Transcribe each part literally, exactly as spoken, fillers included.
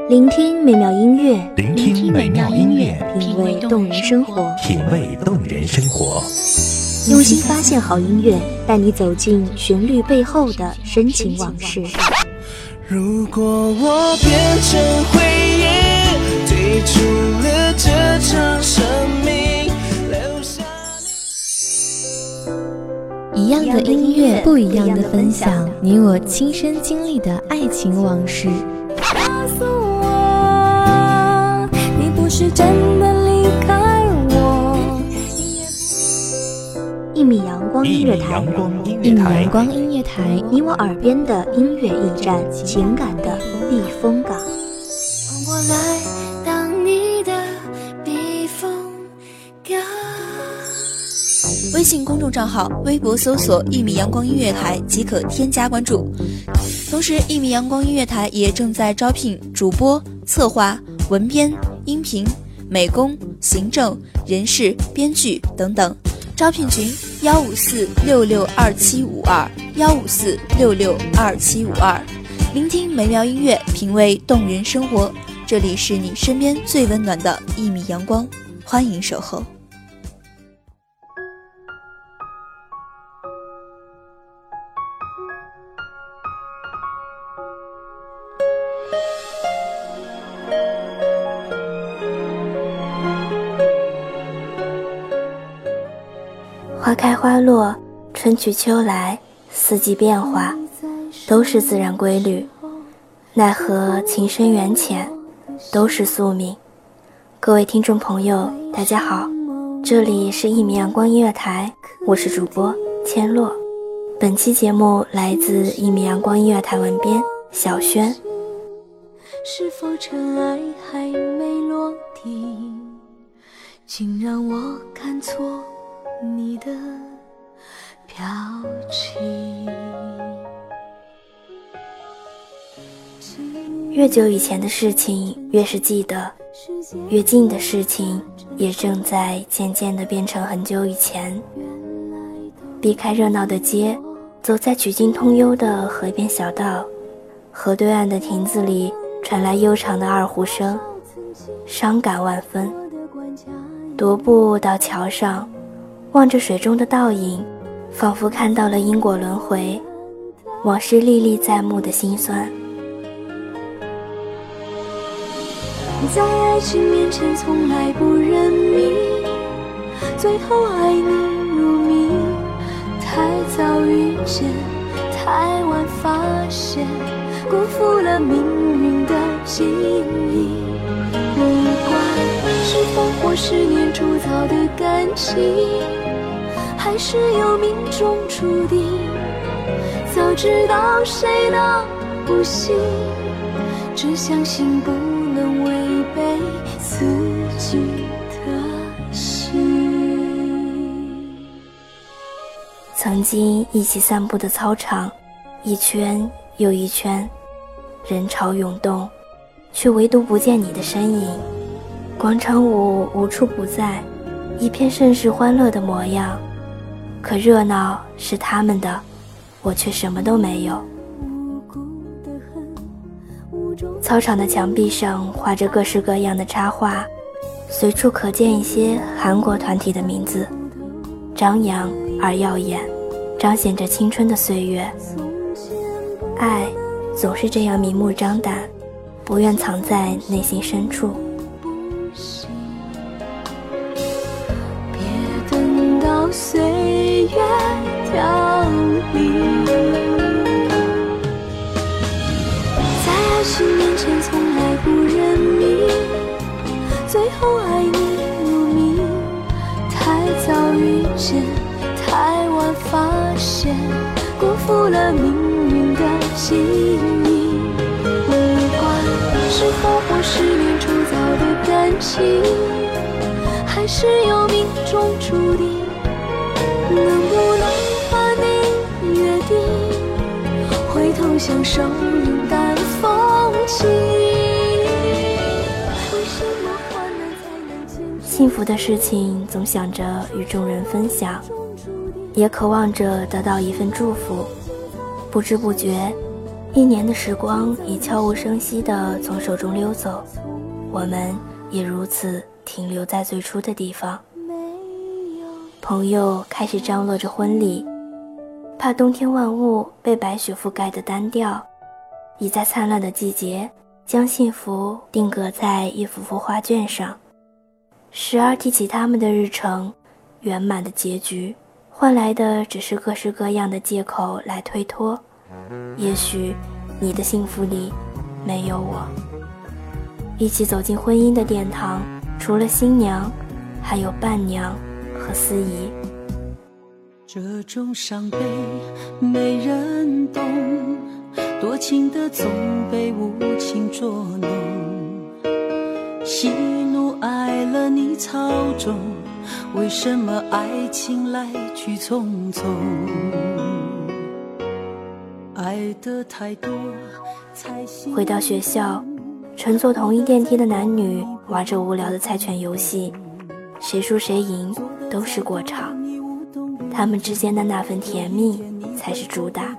聆听美妙音乐， 聆听美妙音乐， 品味动人生活， 品味动人生活。 用心发现好音乐，带你走进旋律背后的深情往事。 如果我变成回忆，退出了这场生命，留下一样的音乐，不一样的分享，你我亲身经历的爱情往事。 告诉我，你不是真的离开我。 一米阳光音乐台， 一米阳光音乐台， 你我耳边的音乐驿站，情感的避风港。 我来当你的避风港。 微信公众账号、微博搜索“一米阳光音乐台”即可添加关注。同时，一米阳光音乐台也正在招聘主播、策划、文编、音频、美工、行政、人事、编剧等等。招聘群：幺五四六六二七五二，幺五四六六二七五二。聆听美妙音乐，品味动人生活。这里是你身边最温暖的一米阳光，欢迎守候。 花开花落，春去秋来，四季变化，都是自然规律。奈何情深缘浅，都是宿命。各位听众朋友，大家好，这里是一米阳光音乐台，我是主播千落。本期节目来自一米阳光音乐台文编小轩。 是否尘埃还没落地，竟让我看错你的表情。 越久以前的事情越是记得，越近的事情也正在渐渐地变成很久以前。避开热闹的街，走在曲径通幽的河边小道，河对岸的亭子里传来悠长的二胡声，伤感万分。踱步到桥上，望着水中的倒影，仿佛看到了因果轮回，往事历历在目的辛酸。 在爱情面前从来不认命，最后爱你如命，太早遇见，太晚发现，辜负了命运的记忆。不管是烽火十年铸造的感情，还是有命中注定，早知道谁都不行，只相信不能违背自己的心。 曾经一起散步的操场，一圈又一圈，人潮涌动，却唯独不见你的身影。广场舞无处不在，一片盛世欢乐的模样，可热闹是他们的，我却什么都没有。操场的墙壁上画着各式各样的插画，随处可见一些韩国团体的名字，张扬而耀眼，彰显着青春的岁月。爱总是这样明目张胆，不愿藏在内心深处。 别等到岁月凋零，在爱情面前从来不认命，最后爱你如命，太早遇见，太晚发现，辜负了命运的记忆。不管是烽火十年铸造的感情，还是有命中注定，能不能把你约定，回头相守，云淡风轻。 幸福的事情总想着与众人分享，也渴望着得到一份祝福。不知不觉， 一年的时光已悄无声息地从手中溜走，我们也如此停留在最初的地方。朋友开始张罗着婚礼，怕冬天万物被白雪覆盖的单调，已在灿烂的季节将幸福定格在一幅幅画卷上，时而提起他们的日程，圆满的结局换来的只是各式各样的借口来推脱。也许你的幸福里没有我。一起走进婚姻的殿堂，除了新娘还有伴娘和司仪。 这种伤悲没人懂，多情的总被无情捉弄，喜怒哀乐你操纵，为什么爱情来去匆匆？爱的太多才心。 回到学校，乘坐同一电梯的男女玩着无聊的猜拳游戏，谁输谁赢都是过场，他们之间的那份甜蜜才是主打。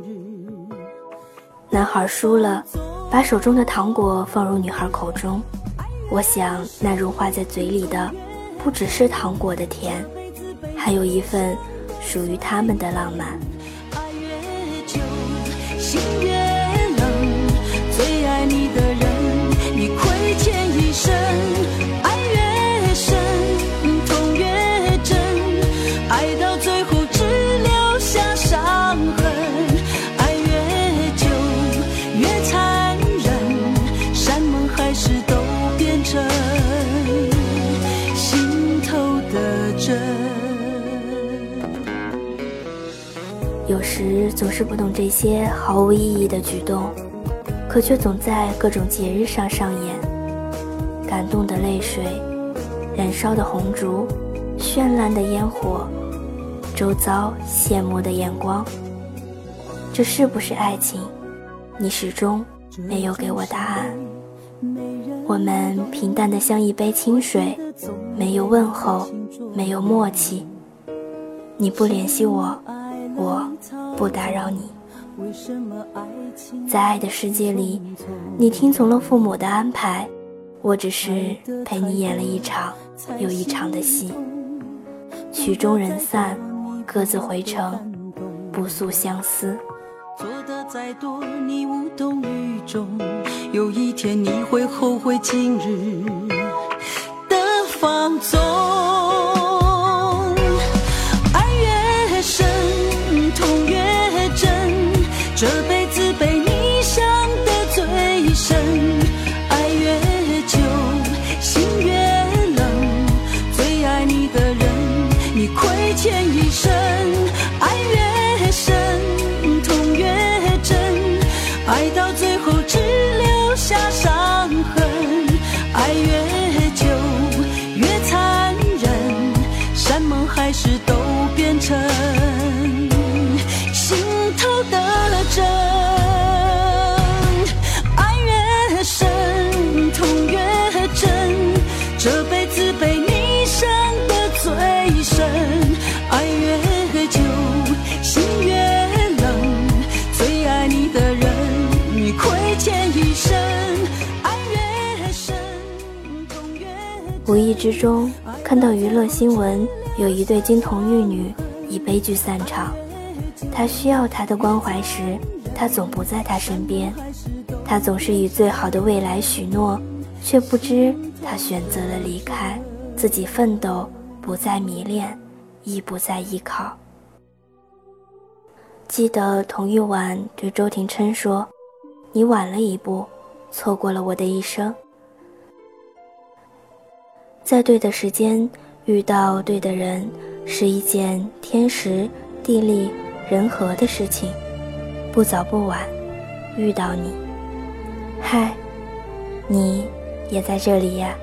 男孩输了，把手中的糖果放入女孩口中，我想那融化在嘴里的不只是糖果的甜，还有一份属于他们的浪漫。 爱越久心越冷，最爱你的人你亏欠一生，爱越深痛越真，爱到最后只留下伤痕，爱越久越残忍，山盟海誓都变成心头的针。 有时总是不懂这些毫无意义的举动，可却总在各种节日上上演。感动的泪水，燃烧的红烛，绚烂的烟火，周遭羡慕的眼光。这是不是爱情？你始终没有给我答案。我们平淡的像一杯清水，没有问候，没有默契。你不联系我，我不打扰你。在爱的世界里，你听从了父母的安排，我只是陪你演了一场又一场的戏。曲终人散，各自回程，不诉相思。 做的再多你无动于衷，有一天你会后悔今日的放纵。爱越深痛越真，这辈子被你伤得最深，爱越久心越冷，最爱你的人你亏欠一生，爱越深痛越真，爱到最后只留下伤痕，爱越久越残忍，山盟海誓都变成心头的针，爱越深痛越真，这辈子被你伤得最深，爱越久心越冷，最爱你的人你亏欠一生，爱越深痛越无意之中看到娱乐新闻，有一对金童玉女以悲剧散场。他需要他的关怀时，他总不在他身边，他总是以最好的未来许诺，却不知他选择了离开，自己奋斗，不再迷恋，亦不再依靠。记得童玉婉对周廷琛说，你晚了一步，错过了我的一生。在对的时间遇到对的人，是一件天时地利人和的事情，不早不晚遇到你。嗨，你也在这里呀。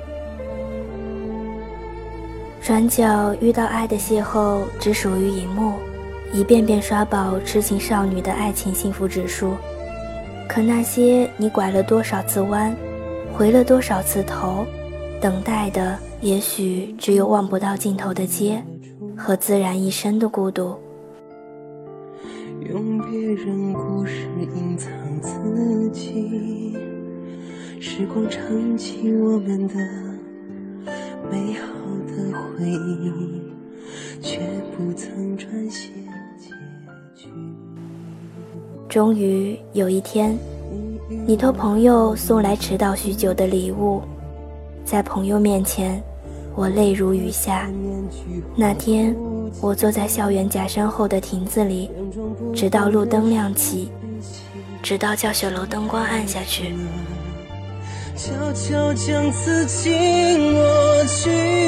转角遇到爱的邂逅只属于荧幕，一遍遍刷爆痴情少女的爱情幸福指数。可那些你拐了多少次弯，回了多少次头，等待的也许只有望不到尽头的街和自然一生的孤独。 用别人故不是隐藏自己，时光常引起我们的美好的回忆，却不曾撰写结局。 终于有一天，你托朋友送来迟到许久的礼物，在朋友面前我泪如雨下。那天我坐在校园假山后的亭子里，直到路灯亮起，直到教学楼灯光暗下去， 悄悄将此情抹去。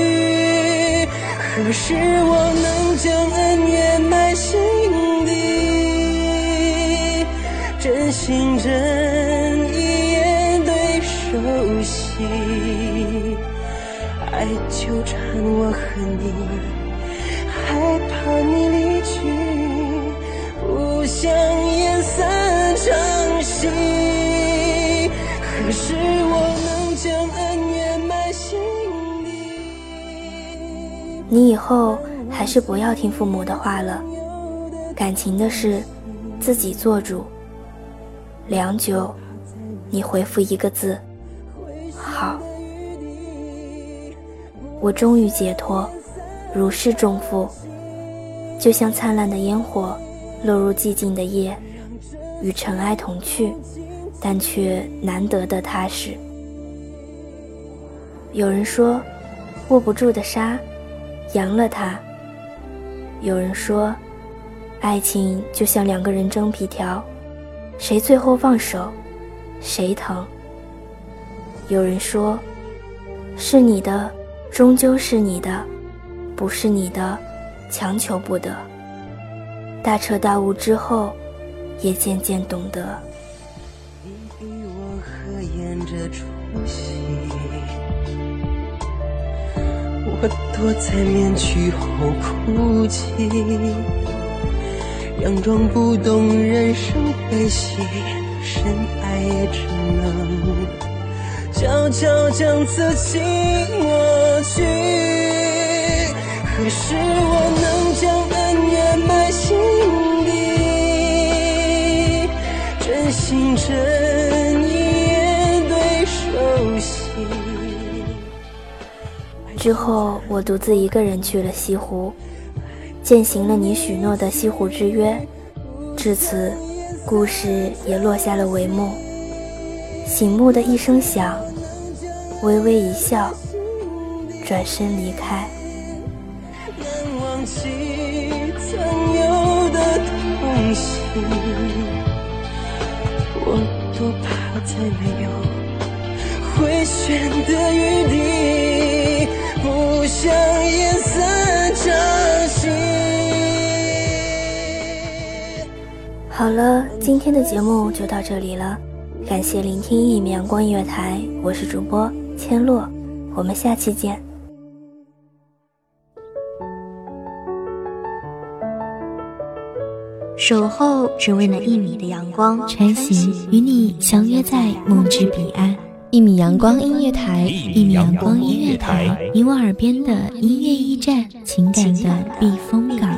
何时我能将恩怨埋心底，真心真意眼对手戏，爱纠缠我和你，害怕你离去，不想演散场戏。何时我能将恩怨埋心底。 你以后还是不要听父母的话了，感情的事自己做主。良久，你回复一个字：好。我终于解脱，如释重负，就像灿烂的烟火落入寂静的夜，与尘埃同去，但却难得的踏实。有人说，握不住的沙，扬了它。有人说，爱情就像两个人争皮条，谁最后放手，谁疼。有人说，是你的终究是你的，不是你的强求不得。大彻大悟之后，也渐渐懂得。 你与我合演这出戏，我躲在面具后哭泣，佯装不懂人生悲喜，深爱也只能悄悄将此情抹去。何时我能将恩怨埋心底，真心真意眼对手戏。 之后我独自一个人去了西湖，践行了你许诺的西湖之约。至此，故事也落下了帷幕。醒目的一声响，微微一笑，转身离开。 难忘记曾有的痛惜，我多怕再没有回旋的余地，不想演散场戏。 好了，今天的节目就到这里了，感谢聆听一米阳光音乐台，我是主播千落，我们下期见。 守候只为那一米的阳光， 穿行与你相约在梦之彼岸。一米阳光音乐台，一米阳光音乐台，你我耳边的音乐驿站，情感的避风港。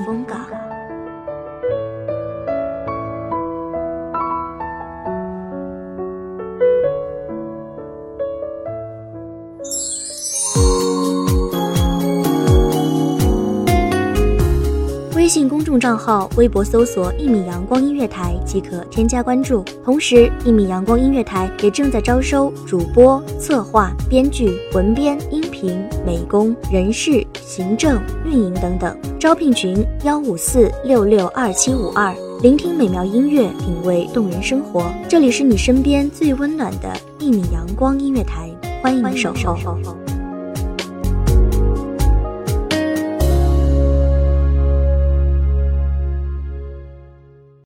微信公众账号、微博搜索“一米阳光音乐台”即可添加关注。同时，一米阳光音乐台也正在招收主播、策划、编剧、文编、音频、美工、人事、行政、运营等等。招聘群：幺五四六六二七五二。聆听美妙音乐，品味动人生活。这里是你身边最温暖的一米阳光音乐台，欢迎守候。